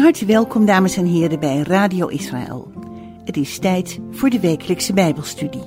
harte welkom, dames en heren, bij Radio Israël. Het is tijd voor de wekelijkse Bijbelstudie.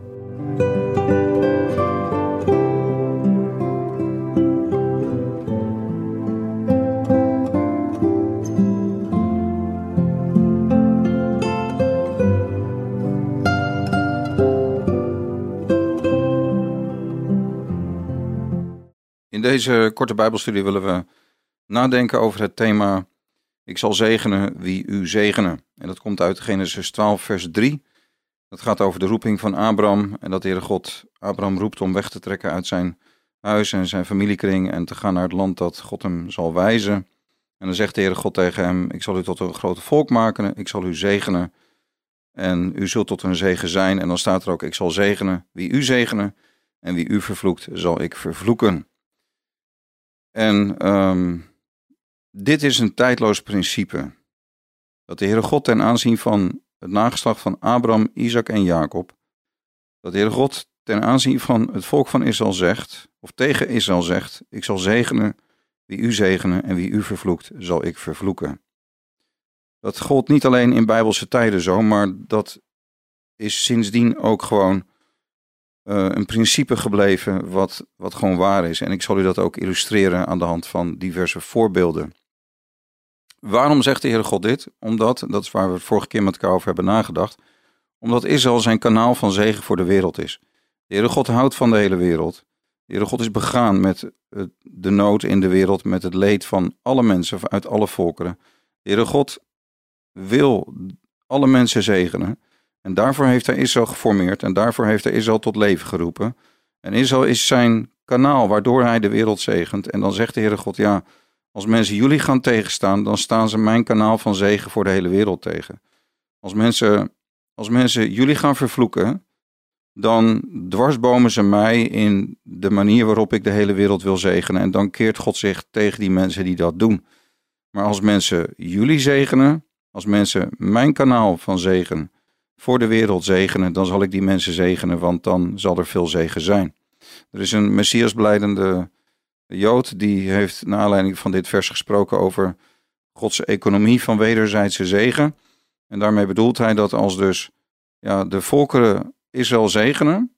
In deze korte Bijbelstudie willen we nadenken over het thema: ik zal zegenen wie u zegenen. En dat komt uit Genesis 12 vers 3. Dat gaat over de roeping van Abraham en dat de Heere God Abraham roept om weg te trekken uit zijn huis en zijn familiekring en te gaan naar het land dat God hem zal wijzen. En dan zegt de Heere God tegen hem: ik zal u tot een groot volk maken, ik zal u zegenen en u zult tot een zegen zijn. En dan staat er ook: ik zal zegenen wie u zegenen en wie u vervloekt zal ik vervloeken. En dit is een tijdloos principe. Dat de Heere God ten aanzien van het nageslacht van Abraham, Isaac en Jacob, dat de Heere God ten aanzien van het volk van Israël zegt, of tegen Israël zegt: ik zal zegenen wie u zegenen en wie u vervloekt zal ik vervloeken. Dat gold niet alleen in bijbelse tijden zo, maar dat is sindsdien ook gewoon een principe gebleven wat gewoon waar is. En ik zal u dat ook illustreren aan de hand van diverse voorbeelden. Waarom zegt de Heere God dit? Omdat, dat is waar we het vorige keer met elkaar over hebben nagedacht, omdat Israël zijn kanaal van zegen voor de wereld is. De Heere God houdt van de hele wereld. De Heere God is begaan met de nood in de wereld, met het leed van alle mensen uit alle volkeren. De Heere God wil alle mensen zegenen. En daarvoor heeft hij Israël geformeerd en daarvoor heeft hij Israël tot leven geroepen. En Israël is zijn kanaal waardoor hij de wereld zegent. En dan zegt de Heere God: ja, als mensen jullie gaan tegenstaan, dan staan ze mijn kanaal van zegen voor de hele wereld tegen. Als mensen jullie gaan vervloeken, dan dwarsbomen ze mij in de manier waarop ik de hele wereld wil zegenen. En dan keert God zich tegen die mensen die dat doen. Maar als mensen jullie zegenen, als mensen mijn kanaal van zegen voor de wereld zegenen, dan zal ik die mensen zegenen, want dan zal er veel zegen zijn. Er is een Messiasbelijdende Jood, die heeft naar aanleiding van dit vers gesproken over Gods economie van wederzijdse zegen. En daarmee bedoelt hij dat als dus de volkeren Israël zegenen,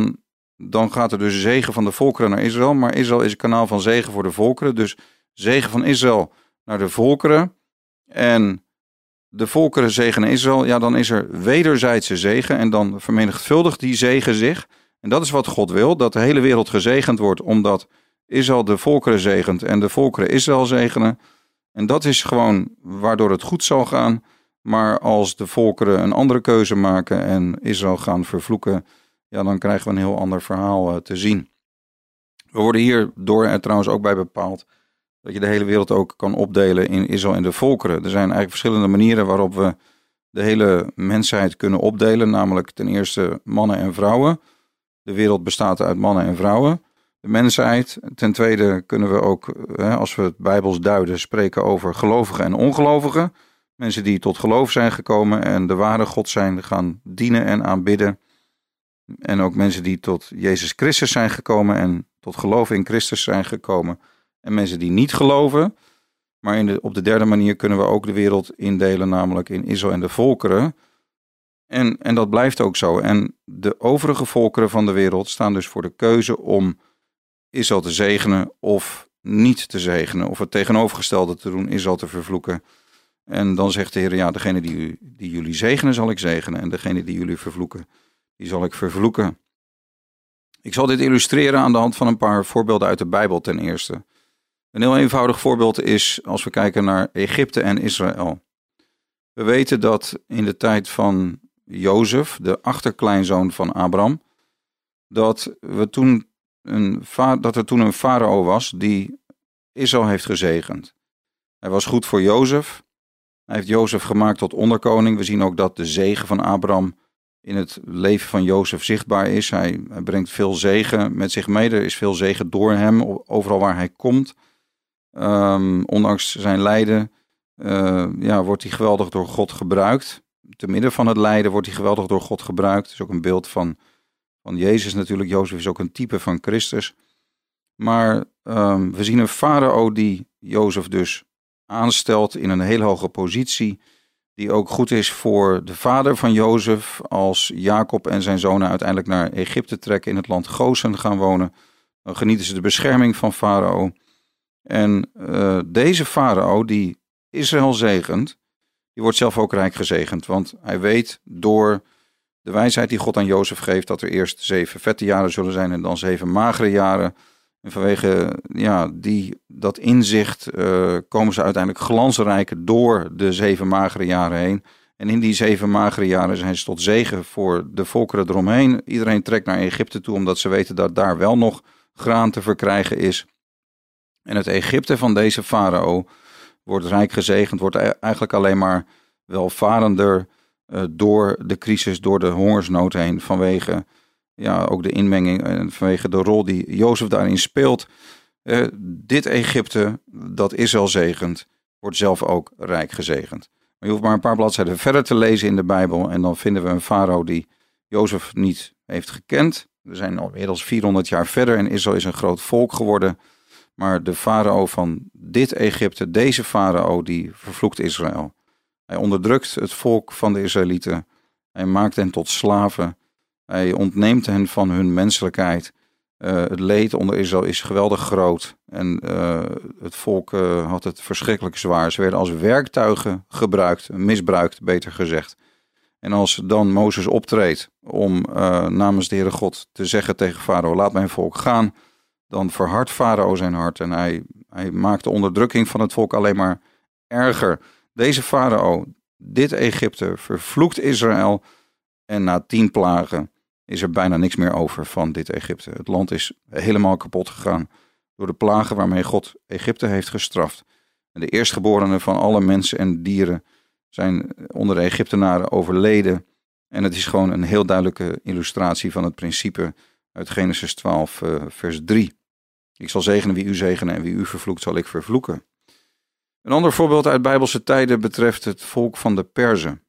dan gaat er dus zegen van de volkeren naar Israël, maar Israël is een kanaal van zegen voor de volkeren, dus zegen van Israël naar de volkeren en de volkeren zegenen Israël, ja, dan is er wederzijdse zegen en dan vermenigvuldigt die zegen zich. En dat is wat God wil, dat de hele wereld gezegend wordt, omdat Israël de volkeren zegent en de volkeren Israël zegenen. En dat is gewoon waardoor het goed zal gaan. Maar als de volkeren een andere keuze maken en Israël gaan vervloeken, ja, dan krijgen we een heel ander verhaal te zien. We worden hierdoor er trouwens ook bij bepaald dat je de hele wereld ook kan opdelen in Israël en de volkeren. Er zijn eigenlijk verschillende manieren waarop we de hele mensheid kunnen opdelen. Namelijk ten eerste mannen en vrouwen. De wereld bestaat uit mannen en vrouwen. De mensheid. Ten tweede kunnen we ook, als we het Bijbels duiden, spreken over gelovigen en ongelovigen. Mensen die tot geloof zijn gekomen en de ware God zijn gaan dienen en aanbidden. En ook mensen die tot Jezus Christus zijn gekomen en tot geloof in Christus zijn gekomen. En mensen die niet geloven. Maar op de derde manier kunnen we ook de wereld indelen, namelijk in Israël en de volkeren. En dat blijft ook zo. En de overige volkeren van de wereld staan dus voor de keuze om Israël te zegenen of niet te zegenen. Of het tegenovergestelde te doen, Israël te vervloeken. En dan zegt de Heer: ja, degene die jullie zegenen zal ik zegenen. En degene die jullie vervloeken, die zal ik vervloeken. Ik zal dit illustreren aan de hand van een paar voorbeelden uit de Bijbel ten eerste. Een heel eenvoudig voorbeeld is als we kijken naar Egypte en Israël. We weten dat in de tijd van Jozef, de achterkleinzoon van Abraham, dat er toen een farao was die Israël heeft gezegend. Hij was goed voor Jozef. Hij heeft Jozef gemaakt tot onderkoning. We zien ook dat de zegen van Abraham in het leven van Jozef zichtbaar is. Hij brengt veel zegen met zich mee. Er is veel zegen door hem, overal waar hij komt. Ondanks zijn lijden wordt hij geweldig door God gebruikt. Te midden van het lijden wordt hij geweldig door God gebruikt. Het is ook een beeld van Jezus natuurlijk. Jozef is ook een type van Christus. Maar we zien een farao die Jozef dus aanstelt in een hele hoge positie, die ook goed is voor de vader van Jozef, als Jacob en zijn zonen uiteindelijk naar Egypte trekken, in het land Gosen gaan wonen. Dan genieten ze de bescherming van Farao. En deze Farao die Israël zegent, die wordt zelf ook rijk gezegend. Want hij weet door de wijsheid die God aan Jozef geeft, dat er eerst 7 vette jaren zullen zijn en dan 7 magere jaren. En vanwege dat inzicht komen ze uiteindelijk glansrijk door de 7 magere jaren heen. En in die 7 magere jaren zijn ze tot zegen voor de volkeren eromheen. Iedereen trekt naar Egypte toe, omdat ze weten dat daar wel nog graan te verkrijgen is. En het Egypte van deze farao wordt rijk gezegend, wordt eigenlijk alleen maar welvarender door de crisis, door de hongersnood heen, vanwege ook de inmenging en vanwege de rol die Jozef daarin speelt. Dit Egypte, dat Israël zegent, wordt zelf ook rijk gezegend. Maar je hoeft maar een paar bladzijden verder te lezen in de Bijbel en dan vinden we een farao die Jozef niet heeft gekend. We zijn al inmiddels 400 jaar verder en Israël is een groot volk geworden. Maar de farao van dit Egypte, deze farao, die vervloekt Israël. Hij onderdrukt het volk van de Israëlieten. Hij maakt hen tot slaven. Hij ontneemt hen van hun menselijkheid. Het leed onder Israël is geweldig groot. En het volk had het verschrikkelijk zwaar. Ze werden als werktuigen gebruikt, misbruikt, beter gezegd. En als dan Mozes optreedt om namens de Heere God te zeggen tegen Farao, laat mijn volk gaan, dan verhardt Farao zijn hart en hij maakt de onderdrukking van het volk alleen maar erger. Deze farao, dit Egypte, vervloekt Israël en na 10 plagen is er bijna niks meer over van dit Egypte. Het land is helemaal kapot gegaan door de plagen waarmee God Egypte heeft gestraft. En de eerstgeborenen van alle mensen en dieren zijn onder de Egyptenaren overleden. En het is gewoon een heel duidelijke illustratie van het principe uit Genesis 12 vers 3. Ik zal zegenen wie u zegenen en wie u vervloekt zal ik vervloeken. Een ander voorbeeld uit Bijbelse tijden betreft het volk van de Perzen.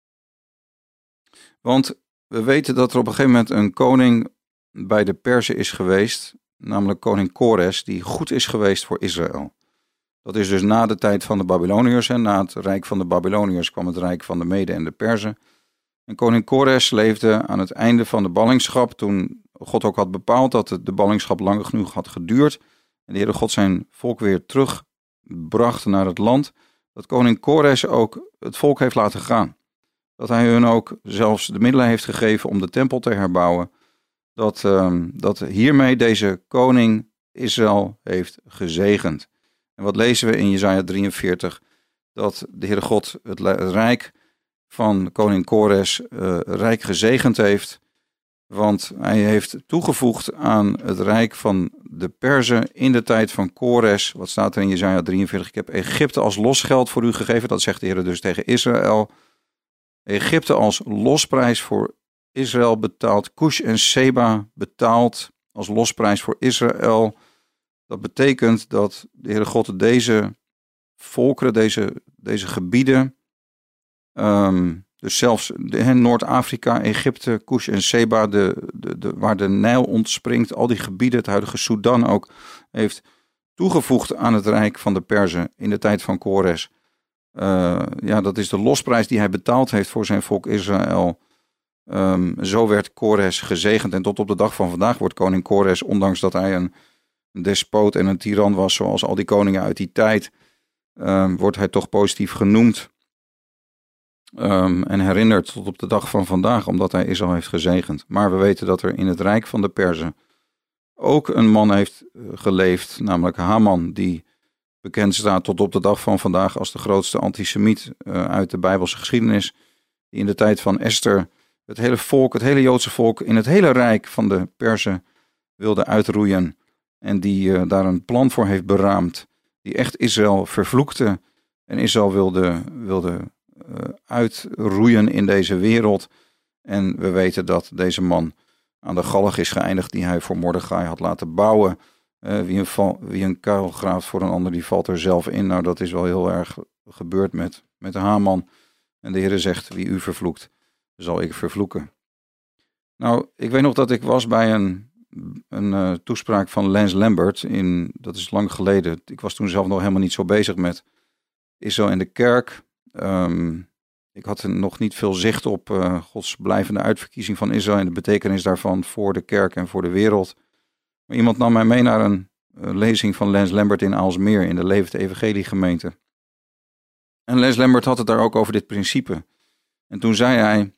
Want we weten dat er op een gegeven moment een koning bij de Perzen is geweest, namelijk koning Kores, die goed is geweest voor Israël. Dat is dus na de tijd van de Babyloniërs en na het rijk van de Babyloniërs kwam het rijk van de Meden en de Perzen. En koning Kores leefde aan het einde van de ballingschap, toen God ook had bepaald dat de ballingschap lang genoeg had geduurd en de Heere God zijn volk weer terugbracht naar het land, dat koning Kores ook het volk heeft laten gaan. Dat hij hun ook zelfs de middelen heeft gegeven om de tempel te herbouwen. Dat hiermee deze koning Israël heeft gezegend. En wat lezen we in Jesaja 43? Dat de Heere God het rijk van koning Kores rijk gezegend heeft. Want hij heeft toegevoegd aan het rijk van de Perzen in de tijd van Kores. Wat staat er in Jesaja 43? Ik heb Egypte als losgeld voor u gegeven. Dat zegt de Heere dus tegen Israël. Egypte als losprijs voor Israël betaald. Cush en Seba betaald als losprijs voor Israël. Dat betekent dat de Heere God deze volkeren, deze gebieden, dus zelfs Noord-Afrika, Egypte, Cush en Seba, waar de Nijl ontspringt, al die gebieden, het huidige Sudan ook, heeft toegevoegd aan het rijk van de Perzen in de tijd van Kores. Dat is de losprijs die hij betaald heeft voor zijn volk Israël. Zo werd Kores gezegend en tot op de dag van vandaag wordt koning Kores, ondanks dat hij een despoot en een tiran was, zoals al die koningen uit die tijd, wordt hij toch positief genoemd en herinnerd tot op de dag van vandaag, omdat hij Israël heeft gezegend. Maar we weten dat er in het rijk van de Perzen ook een man heeft geleefd, namelijk Haman, die bekend staat tot op de dag van vandaag als de grootste antisemiet uit de Bijbelse geschiedenis, die in de tijd van Esther het hele Joodse volk in het hele rijk van de Perzen wilde uitroeien en die daar een plan voor heeft beraamd, die echt Israël vervloekte en Israël wilde uitroeien in deze wereld. En we weten dat deze man aan de galg is geëindigd die hij voor Mordechai had laten bouwen. Wie een kuil graaft voor een ander, die valt er zelf in. Nou, dat is wel heel erg gebeurd met Haman. En de Heere zegt, wie u vervloekt, zal ik vervloeken. Nou, ik weet nog dat ik was bij een toespraak van Lance Lambert. Dat is lang geleden. Ik was toen zelf nog helemaal niet zo bezig met Israël en de kerk. Ik had er nog niet veel zicht op Gods blijvende uitverkiezing van Israël en de betekenis daarvan voor de kerk en voor de wereld. Maar iemand nam mij mee naar een lezing van Les Lambert in Aalsmeer in de Levend Evangelie gemeente. En Les Lambert had het daar ook over dit principe. En toen zei hij,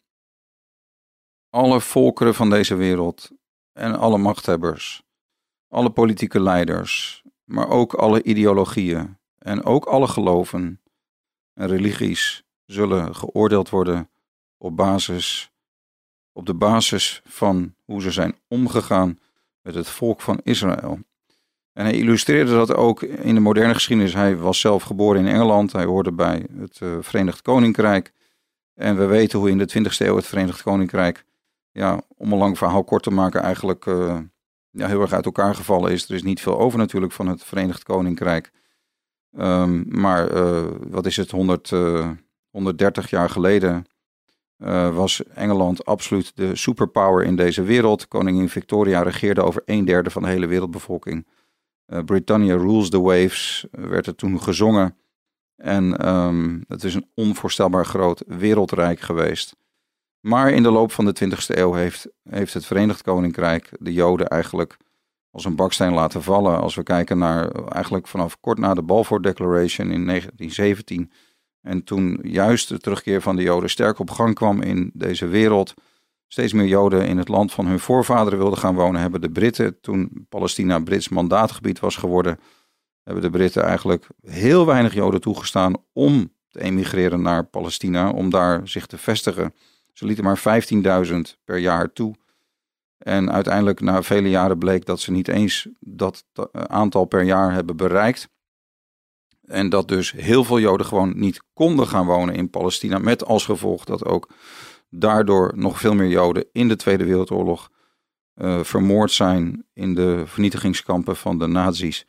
alle volkeren van deze wereld en alle machthebbers, alle politieke leiders, maar ook alle ideologieën en ook alle geloven en religies zullen geoordeeld worden op de basis van hoe ze zijn omgegaan met het volk van Israël. En hij illustreerde dat ook in de moderne geschiedenis. Hij was zelf geboren in Engeland, hij hoorde bij het Verenigd Koninkrijk. En we weten hoe in de 20e eeuw het Verenigd Koninkrijk, om een lang verhaal kort te maken, eigenlijk heel erg uit elkaar gevallen is. Er is niet veel over natuurlijk van het Verenigd Koninkrijk. Maar wat is het, 130 jaar geleden was Engeland absoluut de superpower in deze wereld. Koningin Victoria regeerde over 1/3 van de hele wereldbevolking. Britannia rules the waves, werd er toen gezongen. En het is een onvoorstelbaar groot wereldrijk geweest. Maar in de loop van de 20e eeuw heeft het Verenigd Koninkrijk de Joden eigenlijk als een baksteen laten vallen. Als we kijken naar eigenlijk vanaf kort na de Balfour Declaration in 1917. En toen juist de terugkeer van de Joden sterk op gang kwam in deze wereld. Steeds meer Joden in het land van hun voorvaderen wilden gaan wonen. Hebben de Britten, toen Palestina Brits mandaatgebied was geworden, hebben de Britten eigenlijk heel weinig Joden toegestaan om te emigreren naar Palestina. Om daar zich te vestigen. Ze lieten maar 15.000 per jaar toe. En uiteindelijk na vele jaren bleek dat ze niet eens dat aantal per jaar hebben bereikt. En dat dus heel veel Joden gewoon niet konden gaan wonen in Palestina. Met als gevolg dat ook daardoor nog veel meer Joden in de Tweede Wereldoorlog vermoord zijn in de vernietigingskampen van de nazi's.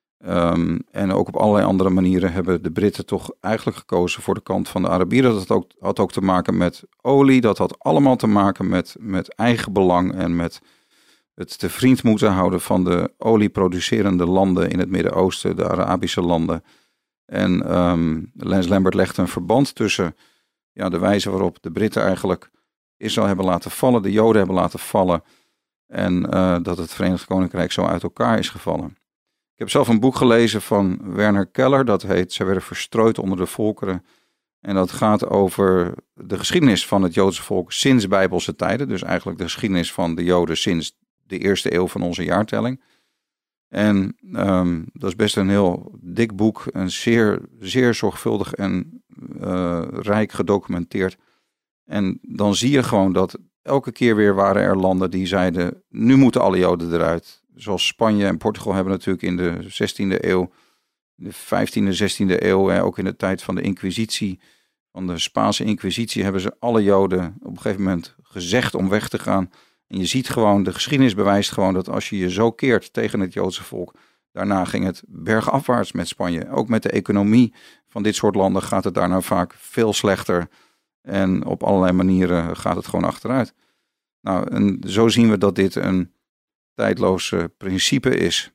En ook op allerlei andere manieren hebben de Britten toch eigenlijk gekozen voor de kant van de Arabieren. Dat had ook te maken met olie. Dat had allemaal te maken met eigen belang en met het te vriend moeten houden van de olieproducerende landen in het Midden-Oosten, de Arabische landen. En Les Lambert legde een verband tussen de wijze waarop de Britten eigenlijk Israël hebben laten vallen, de Joden hebben laten vallen en dat het Verenigd Koninkrijk zo uit elkaar is gevallen. Ik heb zelf een boek gelezen van Werner Keller, dat heet Zij werden verstrooid onder de volkeren. En dat gaat over de geschiedenis van het Joodse volk sinds Bijbelse tijden. Dus eigenlijk de geschiedenis van de Joden sinds de eerste eeuw van onze jaartelling. En dat is best een heel dik boek, en zeer, zeer zorgvuldig en rijk gedocumenteerd. En dan zie je gewoon dat elke keer weer waren er landen die zeiden, nu moeten alle Joden eruit. Zoals Spanje en Portugal hebben natuurlijk in de 16e eeuw, de 15e, 16e eeuw, ook in de tijd van de Inquisitie, van de Spaanse Inquisitie, hebben ze alle Joden op een gegeven moment gezegd om weg te gaan. En je ziet gewoon, de geschiedenis bewijst gewoon dat als je je zo keert tegen het Joodse volk, daarna ging het bergafwaarts met Spanje. Ook met de economie van dit soort landen gaat het daarna vaak veel slechter. En op allerlei manieren gaat het gewoon achteruit. Nou, en zo zien we dat dit een tijdloos principe is.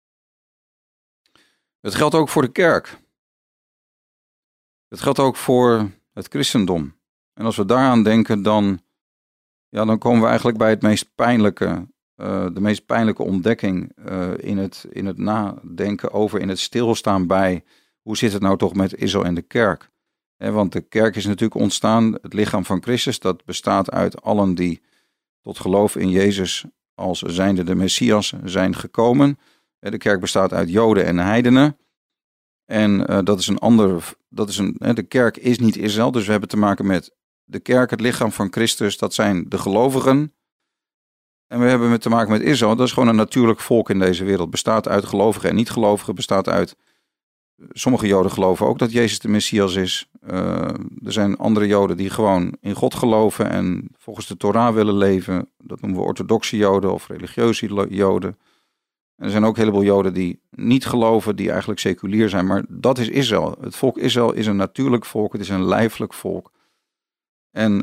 Het geldt ook voor de kerk. Het geldt ook voor het christendom. En als we daaraan denken, dan komen we eigenlijk bij het meest pijnlijke, de meest pijnlijke ontdekking in het nadenken over, in het stilstaan bij, hoe zit het nou toch met Israël en de kerk? Want de kerk is natuurlijk ontstaan, het lichaam van Christus, dat bestaat uit allen die tot geloof in Jezus als zijnde de Messias zijn gekomen. De kerk bestaat uit Joden en heidenen. En de kerk is niet Israël, dus we hebben te maken met de kerk, het lichaam van Christus, dat zijn de gelovigen. En we hebben te maken met Israël, dat is gewoon een natuurlijk volk in deze wereld. Bestaat uit gelovigen en niet-gelovigen, bestaat uit, sommige Joden geloven ook dat Jezus de Messias is. Er zijn andere Joden die gewoon in God geloven en volgens de Torah willen leven. Dat noemen we orthodoxe Joden of religieuze Joden. En er zijn ook een heleboel Joden die niet geloven, die eigenlijk seculier zijn. Maar dat is Israël. Het volk Israël is een natuurlijk volk, het is een lijfelijk volk. En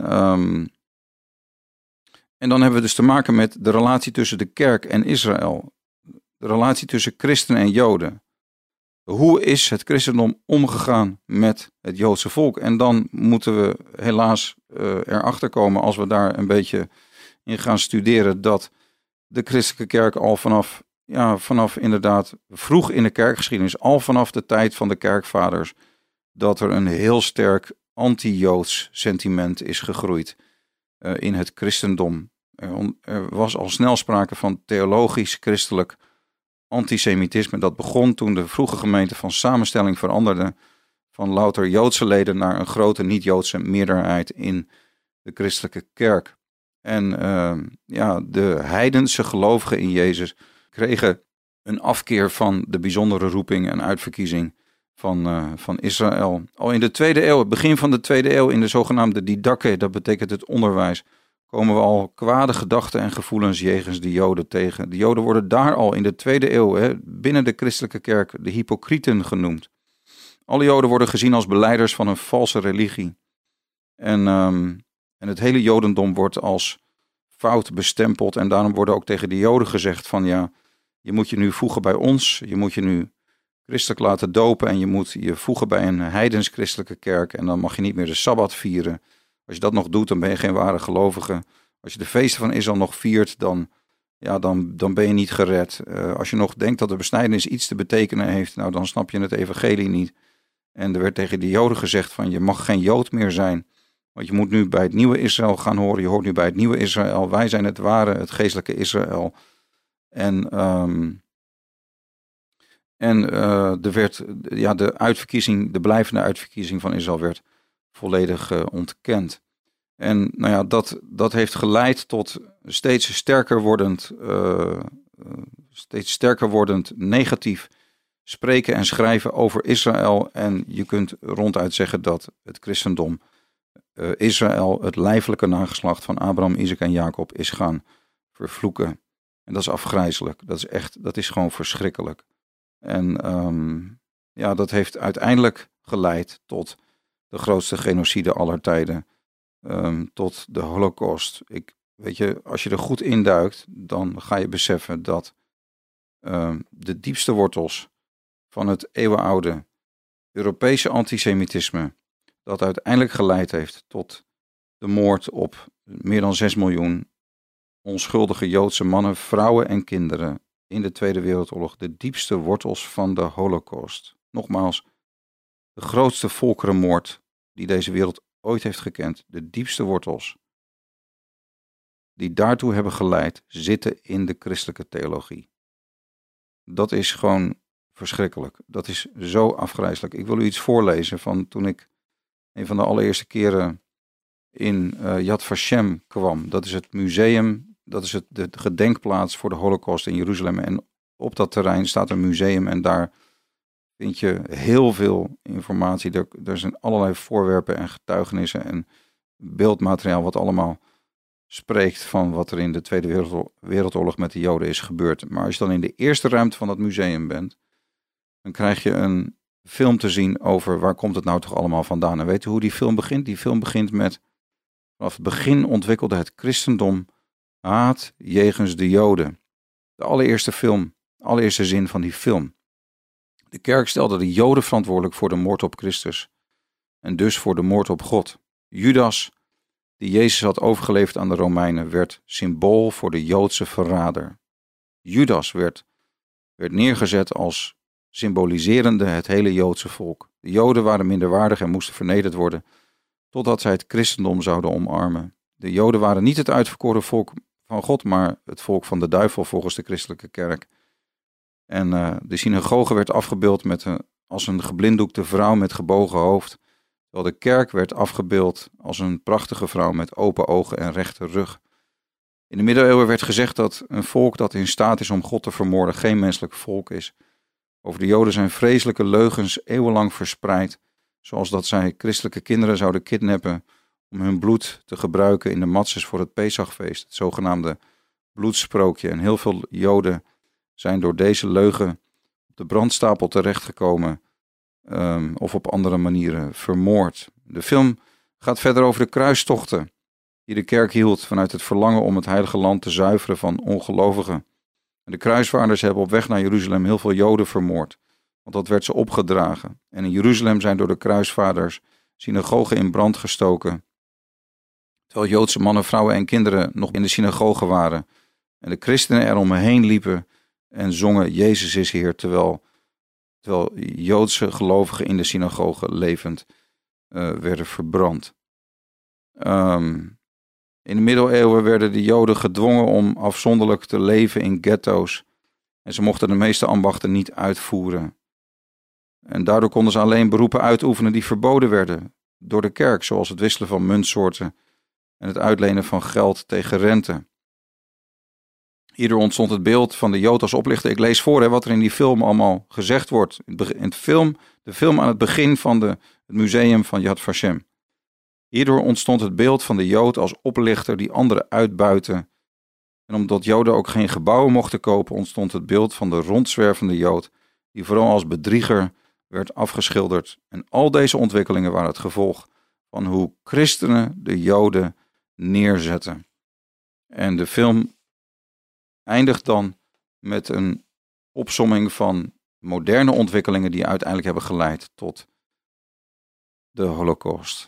dan hebben we dus te maken met de relatie tussen de kerk en Israël. De relatie tussen christenen en Joden. Hoe is het christendom omgegaan met het Joodse volk? En dan moeten we helaas erachter komen, als we daar een beetje in gaan studeren, dat de christelijke kerk al vanaf inderdaad vroeg in de kerkgeschiedenis, al vanaf de tijd van de kerkvaders, dat er een heel sterk anti-Joods sentiment is gegroeid in het christendom. Er was al snel sprake van theologisch christelijk antisemitisme. Dat begon toen de vroege gemeente van samenstelling veranderde van louter Joodse leden naar een grote niet-Joodse meerderheid in de christelijke kerk. En de heidense gelovigen in Jezus kregen een afkeer van de bijzondere roeping en uitverkiezing van Israël. Al in de 2e eeuw, het begin van de 2e eeuw, in de zogenaamde didakke, dat betekent het onderwijs, komen we al kwade gedachten en gevoelens jegens de Joden tegen. De Joden worden daar al in de 2e eeuw, binnen de christelijke kerk, de hypocrieten genoemd. Alle Joden worden gezien als belijders van een valse religie. En het hele Jodendom wordt als fout bestempeld. En daarom worden ook tegen de Joden gezegd van ja, je moet je nu voegen bij ons. Je moet je nu christelijk laten dopen en je moet je voegen bij een heidens-christelijke kerk. En dan mag je niet meer de Sabbat vieren. Als je dat nog doet, dan ben je geen ware gelovige. Als je de feesten van Israël nog viert, dan ben je niet gered. Als je nog denkt dat de besnijdenis iets te betekenen heeft, nou dan snap je het evangelie niet. En er werd tegen de Joden gezegd van je mag geen Jood meer zijn. Want je moet nu bij het nieuwe Israël gaan horen. Je hoort nu bij het nieuwe Israël. Wij zijn het ware, het geestelijke Israël. De uitverkiezing, de blijvende uitverkiezing van Israël werd volledig ontkend. En dat heeft geleid tot steeds sterker wordend negatief spreken en schrijven over Israël. En je kunt ronduit zeggen dat het christendom Israël, het lijfelijke nageslacht van Abraham, Isaac en Jacob, is gaan vervloeken. En dat is afgrijselijk. Dat is gewoon verschrikkelijk. En dat heeft uiteindelijk geleid tot de grootste genocide aller tijden. Tot de Holocaust. Als je er goed induikt, dan ga je beseffen dat de diepste wortels van het eeuwenoude Europese antisemitisme, dat uiteindelijk geleid heeft tot de moord op meer dan 6 miljoen onschuldige Joodse mannen, vrouwen en kinderen in de Tweede Wereldoorlog, de diepste wortels van de Holocaust. Nogmaals, de grootste volkerenmoord die deze wereld ooit heeft gekend, de diepste wortels die daartoe hebben geleid, zitten in de christelijke theologie. Dat is gewoon verschrikkelijk. Dat is zo afgrijselijk. Ik wil u iets voorlezen van toen ik een van de allereerste keren in Yad Vashem kwam. Dat is het museum, dat is de gedenkplaats voor de Holocaust in Jeruzalem. En op dat terrein staat een museum en daar vind je heel veel informatie. Er zijn allerlei voorwerpen en getuigenissen en beeldmateriaal wat allemaal spreekt van wat er in de Tweede Wereldoorlog met de Joden is gebeurd. Maar als je dan in de eerste ruimte van dat museum bent, dan krijg je een film te zien over waar komt het nou toch allemaal vandaan. En weet u hoe die film begint? Die film begint met, vanaf het begin ontwikkelde het christendom haat jegens de Joden. De allereerste zin van die film. De kerk stelde de Joden verantwoordelijk voor de moord op Christus en dus voor de moord op God. Judas, die Jezus had overgeleverd aan de Romeinen, werd symbool voor de Joodse verrader. Judas werd neergezet als symboliserende het hele Joodse volk. De Joden waren minderwaardig en moesten vernederd worden, totdat zij het christendom zouden omarmen. De Joden waren niet het uitverkoren volk van God, maar het volk van de duivel volgens de christelijke kerk. En de synagoge werd afgebeeld als een geblinddoekte vrouw met gebogen hoofd, terwijl de kerk werd afgebeeld als een prachtige vrouw met open ogen en rechte rug. In de middeleeuwen werd gezegd dat een volk dat in staat is om God te vermoorden geen menselijk volk is. Over de Joden zijn vreselijke leugens eeuwenlang verspreid, zoals dat zij christelijke kinderen zouden kidnappen om hun bloed te gebruiken in de matzes voor het Pesachfeest, het zogenaamde bloedsprookje. En heel veel Joden zijn door deze leugen op de brandstapel terechtgekomen of op andere manieren vermoord. De film gaat verder over de kruistochten die de kerk hield vanuit het verlangen om het heilige land te zuiveren van ongelovigen. En de kruisvaarders hebben op weg naar Jeruzalem heel veel Joden vermoord. want dat werd ze opgedragen. En in Jeruzalem zijn door de kruisvaarders synagogen in brand gestoken, terwijl Joodse mannen, vrouwen en kinderen nog in de synagoge waren. En de christenen er omheen liepen en zongen Jezus is Heer, terwijl Joodse gelovigen in de synagoge levend werden verbrand. In de middeleeuwen werden de Joden gedwongen om afzonderlijk te leven in ghetto's. En ze mochten de meeste ambachten niet uitvoeren. En daardoor konden ze alleen beroepen uitoefenen die verboden werden door de kerk, zoals het wisselen van muntsoorten en het uitlenen van geld tegen rente. Hierdoor ontstond het beeld van de Jood als oplichter. Ik lees voor wat er in die film allemaal gezegd wordt. In de film aan het begin van het museum van Yad Vashem. Hierdoor ontstond het beeld van de Jood als oplichter die anderen uitbuitte. En omdat Joden ook geen gebouwen mochten kopen, ontstond het beeld van de rondzwervende Jood, die vooral als bedrieger werd afgeschilderd. En al deze ontwikkelingen waren het gevolg van hoe christenen de Joden neerzetten. En de film eindigt dan met een opsomming van moderne ontwikkelingen die uiteindelijk hebben geleid tot de Holocaust.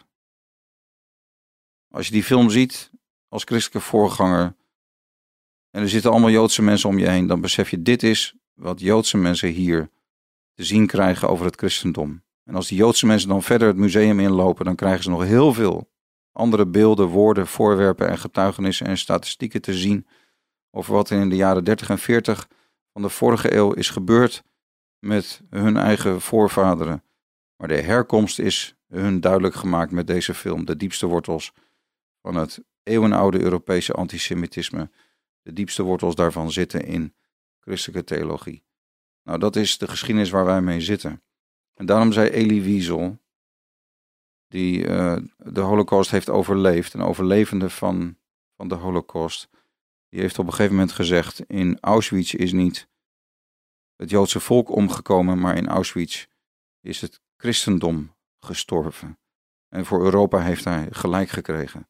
Als je die film ziet als christelijke voorganger en er zitten allemaal Joodse mensen om je heen, dan besef je, dit is wat Joodse mensen hier te zien krijgen over het christendom. En als die Joodse mensen dan verder het museum inlopen, dan krijgen ze nog heel veel andere beelden, woorden, voorwerpen en getuigenissen en statistieken te zien over wat er in de jaren 30 en 40 van de vorige eeuw is gebeurd met hun eigen voorvaderen. Maar de herkomst is hun duidelijk gemaakt met deze film. De diepste wortels van het eeuwenoude Europese antisemitisme. De diepste wortels daarvan zitten in christelijke theologie. Nou, dat is de geschiedenis waar wij mee zitten. En daarom zei Elie Wiesel, die de Holocaust heeft overleefd, een overlevende van de Holocaust, die heeft op een gegeven moment gezegd, in Auschwitz is niet het Joodse volk omgekomen, maar in Auschwitz is het christendom gestorven. En voor Europa heeft hij gelijk gekregen.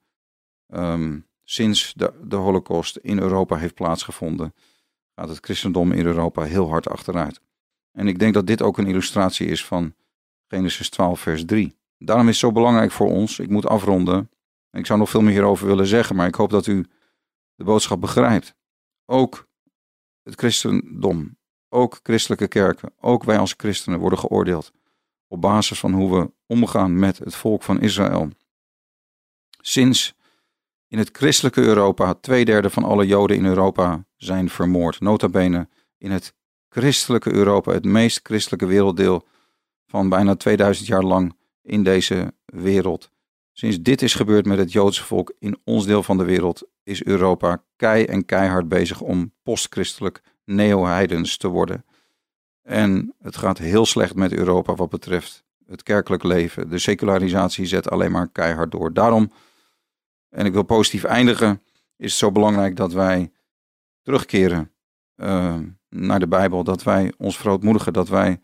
Sinds de Holocaust in Europa heeft plaatsgevonden, gaat het christendom in Europa heel hard achteruit. En ik denk dat dit ook een illustratie is van Genesis 12 vers 3. Daarom is het zo belangrijk voor ons, ik moet afronden, en ik zou nog veel meer hierover willen zeggen, maar ik hoop dat u de boodschap begrijpt. Ook het christendom, ook christelijke kerken, ook wij als christenen worden geoordeeld op basis van hoe we omgaan met het volk van Israël. Sinds in het christelijke Europa 2/3 van alle Joden in Europa zijn vermoord. Nota bene in het christelijke Europa, het meest christelijke werelddeel van bijna 2000 jaar lang in deze wereld. Sinds dit is gebeurd met het Joodse volk in ons deel van de wereld, is Europa keihard bezig om postchristelijk neo-heidens te worden. En het gaat heel slecht met Europa wat betreft het kerkelijk leven. De secularisatie zet alleen maar keihard door. Daarom, en ik wil positief eindigen, is het zo belangrijk dat wij terugkeren naar de Bijbel. Dat wij ons verootmoedigen, dat wij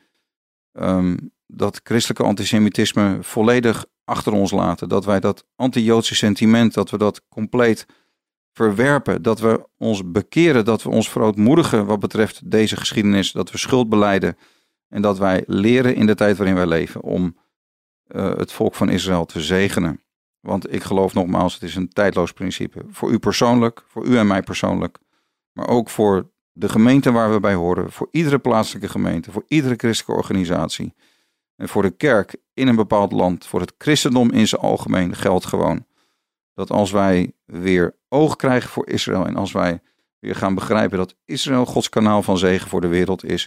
dat christelijke antisemitisme volledig achter ons laten. Dat wij dat anti-Joodse sentiment, dat we dat compleet verwerpen. Dat we ons bekeren, dat we ons verootmoedigen wat betreft deze geschiedenis. Dat we schuld belijden en dat wij leren in de tijd waarin wij leven om het volk van Israël te zegenen. Want ik geloof nogmaals, het is een tijdloos principe. Voor u persoonlijk, voor u en mij persoonlijk. Maar ook voor de gemeente waar we bij horen. Voor iedere plaatselijke gemeente. Voor iedere christelijke organisatie. En voor de kerk in een bepaald land. Voor het christendom in zijn algemeen geldt gewoon. Dat als wij weer oog krijgen voor Israël. En als wij weer gaan begrijpen dat Israël Gods kanaal van zegen voor de wereld is.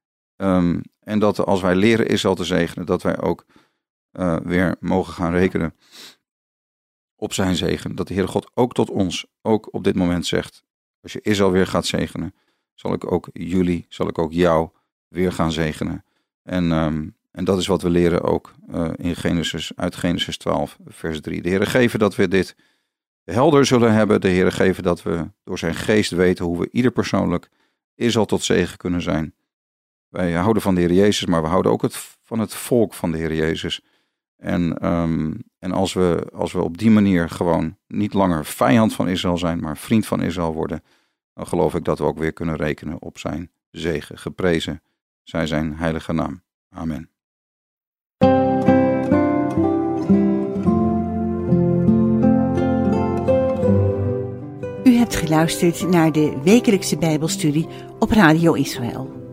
En dat als wij leren Israël te zegenen. Dat wij ook weer mogen gaan rekenen op zijn zegen. Dat de Heere God ook tot ons, ook op dit moment zegt. Als je Israël weer gaat zegenen, zal ik ook jou weer gaan zegenen. En dat is wat we leren ook uit Genesis 12 vers 3. De Heere geven dat we dit helder zullen hebben. De Heere geven dat we door zijn geest weten hoe we ieder persoonlijk Israël tot zegen kunnen zijn. Wij houden van de Heer Jezus, maar we houden ook van het volk van de Heer Jezus. En als we op die manier gewoon niet langer vijand van Israël zijn, maar vriend van Israël worden, dan geloof ik dat we ook weer kunnen rekenen op zijn zegen. Geprezen zij zijn heilige naam. Amen. U hebt geluisterd naar de wekelijkse Bijbelstudie op Radio Israël.